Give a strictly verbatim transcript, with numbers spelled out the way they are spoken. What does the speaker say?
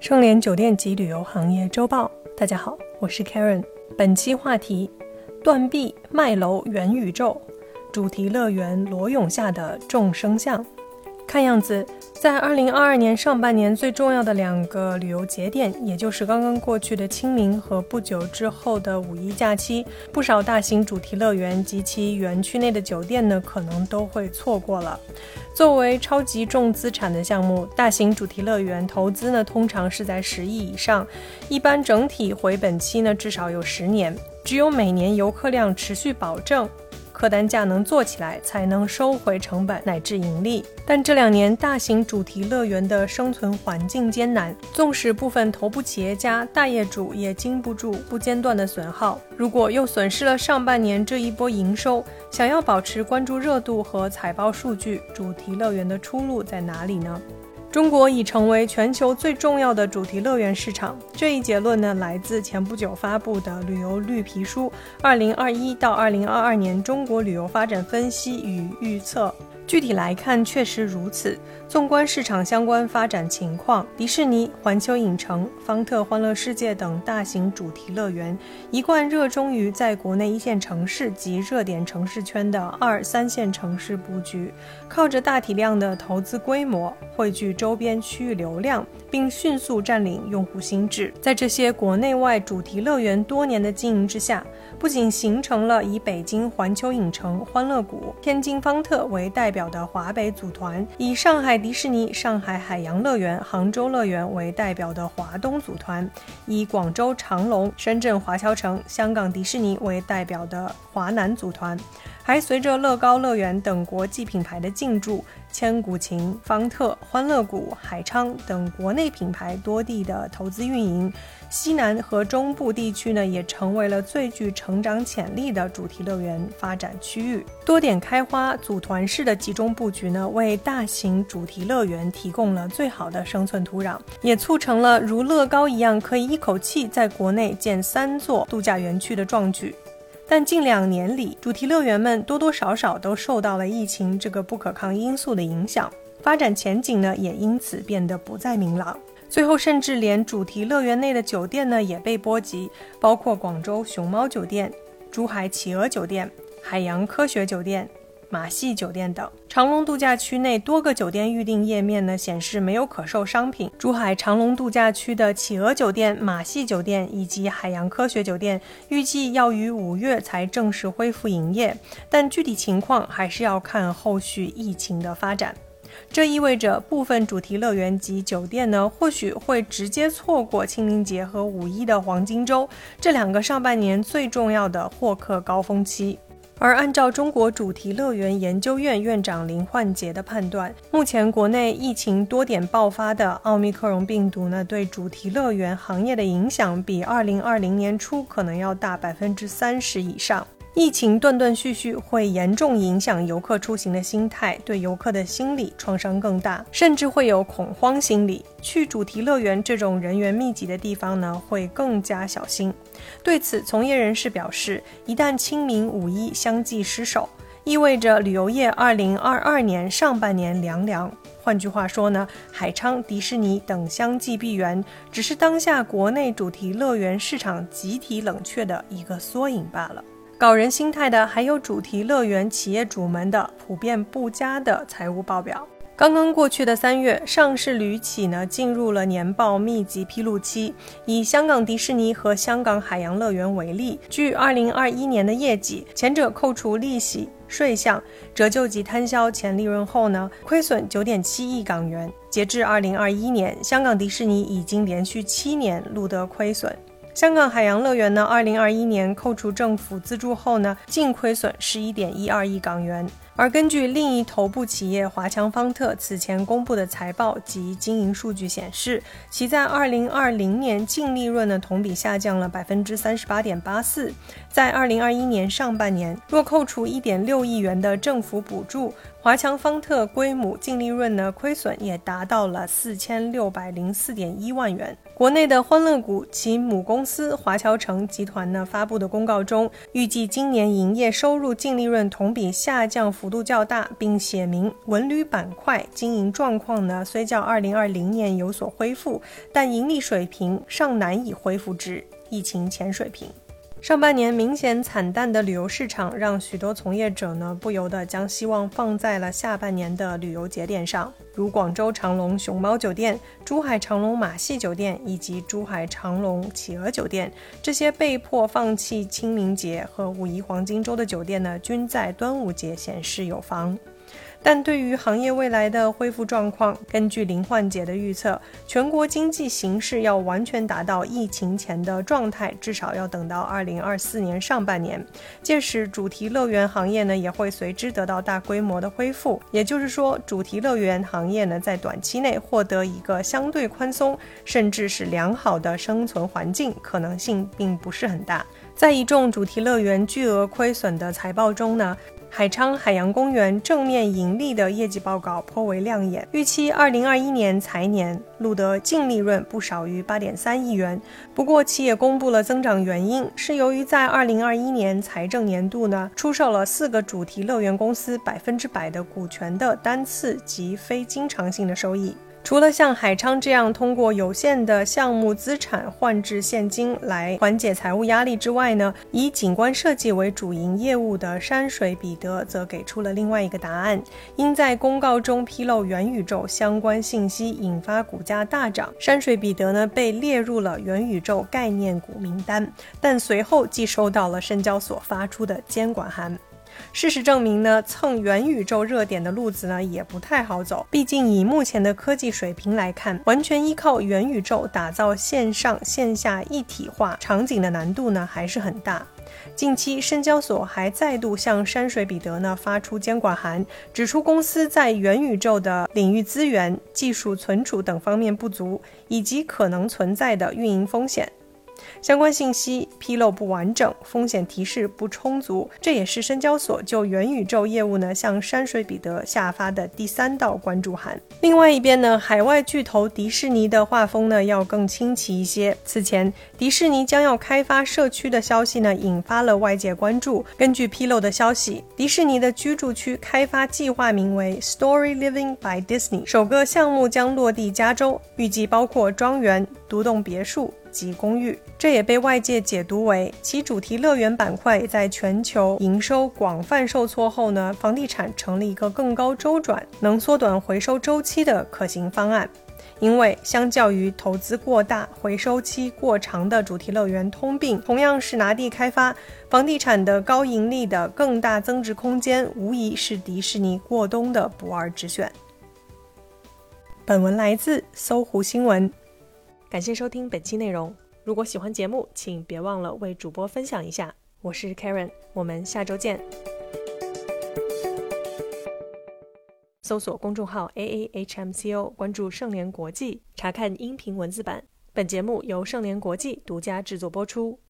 盛联酒店及旅游行业周报，大家好，我是 Karen。 本期话题：断臂卖楼元宇宙，主题乐园裸泳下的众生相。看样子在二零二二年上半年最重要的两个旅游节点，也就是刚刚过去的清明和不久之后的五一假期，不少大型主题乐园及其园区内的酒店呢，可能都会错过了。作为超级重资产的项目，大型主题乐园投资呢通常是在十亿以上，一般整体回本期呢至少有十年，只有每年游客量持续保证，客单价能做起来，才能收回成本乃至盈利。但这两年大型主题乐园的生存环境艰难，纵使部分头部企业家大业主也经不住不间断的损耗，如果又损失了上半年这一波营收，想要保持关注热度和财报数据，主题乐园的出路在哪里呢？中国已成为全球最重要的主题乐园市场，这一结论呢，来自前不久发布的旅游绿皮书二零二一到二零二二年中国旅游发展分析与预测。具体来看，确实如此。纵观市场相关发展情况，迪士尼、环球影城、方特欢乐世界等大型主题乐园一贯热衷于在国内一线城市及热点城市圈的二三线城市布局，靠着大体量的投资规模汇聚周边区域流量，并迅速占领用户心智。在这些国内外主题乐园多年的经营之下，不仅形成了以北京环球影城、欢乐谷、天津方特为代表的华北组团，以上海迪士尼、上海海洋乐园、杭州乐园为代表的华东组团，以广州长隆、深圳华侨城、香港迪士尼为代表的华南组团，还随着乐高乐园等国际品牌的进驻，千古情、方特、欢乐谷、海昌等国内品牌多地的投资运营，西南和中部地区呢，也成为了最具成长潜力的主题乐园发展区域。多点开花、组团式的集中布局呢，为大型主题乐园提供了最好的生存土壤，也促成了如乐高一样可以一口气在国内建三座度假园区的壮举。但近两年里，主题乐园们多多少少都受到了疫情这个不可抗因素的影响，发展前景呢也因此变得不再明朗。最后甚至连主题乐园内的酒店呢也被波及，包括广州熊猫酒店、珠海企鹅酒店、海洋科学酒店、马戏酒店等。长隆度假区内多个酒店预订页面呢显示没有可售商品。珠海长隆度假区的企鹅酒店、马戏酒店以及海洋科学酒店预计要于五月才正式恢复营业，但具体情况还是要看后续疫情的发展。这意味着部分主题乐园及酒店呢，或许会直接错过清明节和五一的黄金周，这两个上半年最重要的获客高峰期。而按照中国主题乐园研究院院长林焕杰的判断，目前国内疫情多点爆发的奥密克戎病毒呢，对主题乐园行业的影响比二零二零年初可能要大百分之三十以上。疫情断断续续会严重影响游客出行的心态，对游客的心理创伤更大，甚至会有恐慌心理。去主题乐园这种人员密集的地方呢，会更加小心。对此，从业人士表示，一旦清明五一相继失守，意味着旅游业二零二二年上半年凉凉。换句话说呢，海昌、迪士尼等相继闭园，只是当下国内主题乐园市场集体冷却的一个缩影罢了。搞人心态的还有主题乐园企业主们的普遍不佳的财务报表。刚刚过去的三月，上市旅企呢进入了年报密集披露期。以香港迪士尼和香港海洋乐园为例，据二零二一年的业绩，前者扣除利息、税项、折旧及摊销前利润后呢，亏损 九点七亿港元。截至二零二一年，香港迪士尼已经连续七年录得亏损。香港海洋乐园呢，二零二一年扣除政府资助后呢，净亏损 十一点一二亿港元。而根据另一头部企业华强方特此前公布的财报及经营数据显示，其在二零二零年净利润呢同比下降了 百分之三十八点八四。在二零二一年上半年，若扣除 一点六亿元的政府补助，华强方特归母净利润呢亏损也达到了四千六百零四点一万元。国内的欢乐谷其母公司华侨城集团呢发布的公告中，预计今年营业收入净利润同比下降幅幅度较大，并写明文旅板块经营状况呢虽较二零二零年有所恢复，但盈利水平尚难以恢复至疫情前水平。上半年明显惨淡的旅游市场，让许多从业者呢不由得将希望放在了下半年的旅游节点上，如广州长隆熊猫酒店、珠海长隆马戏酒店以及珠海长隆企鹅酒店，这些被迫放弃清明节和五一黄金周的酒店呢，均在端午节显示有房。但对于行业未来的恢复状况，根据林焕杰的预测，全国经济形势要完全达到疫情前的状态，至少要等到二零二四年上半年。届时主题乐园行业呢也会随之得到大规模的恢复，也就是说主题乐园行业呢在短期内获得一个相对宽松甚至是良好的生存环境可能性并不是很大。在一众主题乐园巨额亏损的财报中呢，海昌海洋公园正面盈利的业绩报告颇为亮眼，预期二零二一年财年录得净利润不少于 八点三亿元。不过其也公布了增长原因，是由于在二零二一年财政年度呢，出售了四个主题乐园公司百分之百的股权的单次及非经常性的收益。除了像海昌这样通过有限的项目资产换至现金来缓解财务压力之外呢，以景观设计为主营业务的山水彼得则给出了另外一个答案。因在公告中披露元宇宙相关信息引发股价大涨，山水彼得呢被列入了元宇宙概念股名单，但随后即收到了深交所发出的监管函。事实证明呢，蹭元宇宙热点的路子呢也不太好走，毕竟以目前的科技水平来看，完全依靠元宇宙打造线上线下一体化场景的难度呢还是很大。近期深交所还再度向山水彼得呢发出监管函，指出公司在元宇宙的领域资源、技术存储等方面不足，以及可能存在的运营风险。相关信息披露不完整，风险提示不充足，这也是深交所就元宇宙业务呢向山水彼得下发的第三道关注函。另外一边呢，海外巨头迪士尼的画风呢要更清奇一些。此前迪士尼将要开发社区的消息呢引发了外界关注。根据披露的消息，迪士尼的居住区开发计划名为 Story Living by Disney， 首个项目将落地加州，预计包括庄园、独栋别墅及公寓。这也被外界解读为其主题乐园板块在全球营收广泛受挫后呢，房地产成了一个更高周转、能缩短回收周期的可行方案。因为相较于投资过大、回收期过长的主题乐园通病，同样是拿地开发，房地产的高盈利的更大增值空间无疑是迪士尼过冬的不二之选。本文来自搜狐新闻。感谢收听本期内容，如果喜欢节目，请别忘了为主播分享一下。我是 Karen， 我们下周见。搜索公众号 A A H M C O， 关注盛联国际，查看音频文字版。本节目由盛联国际独家制作播出。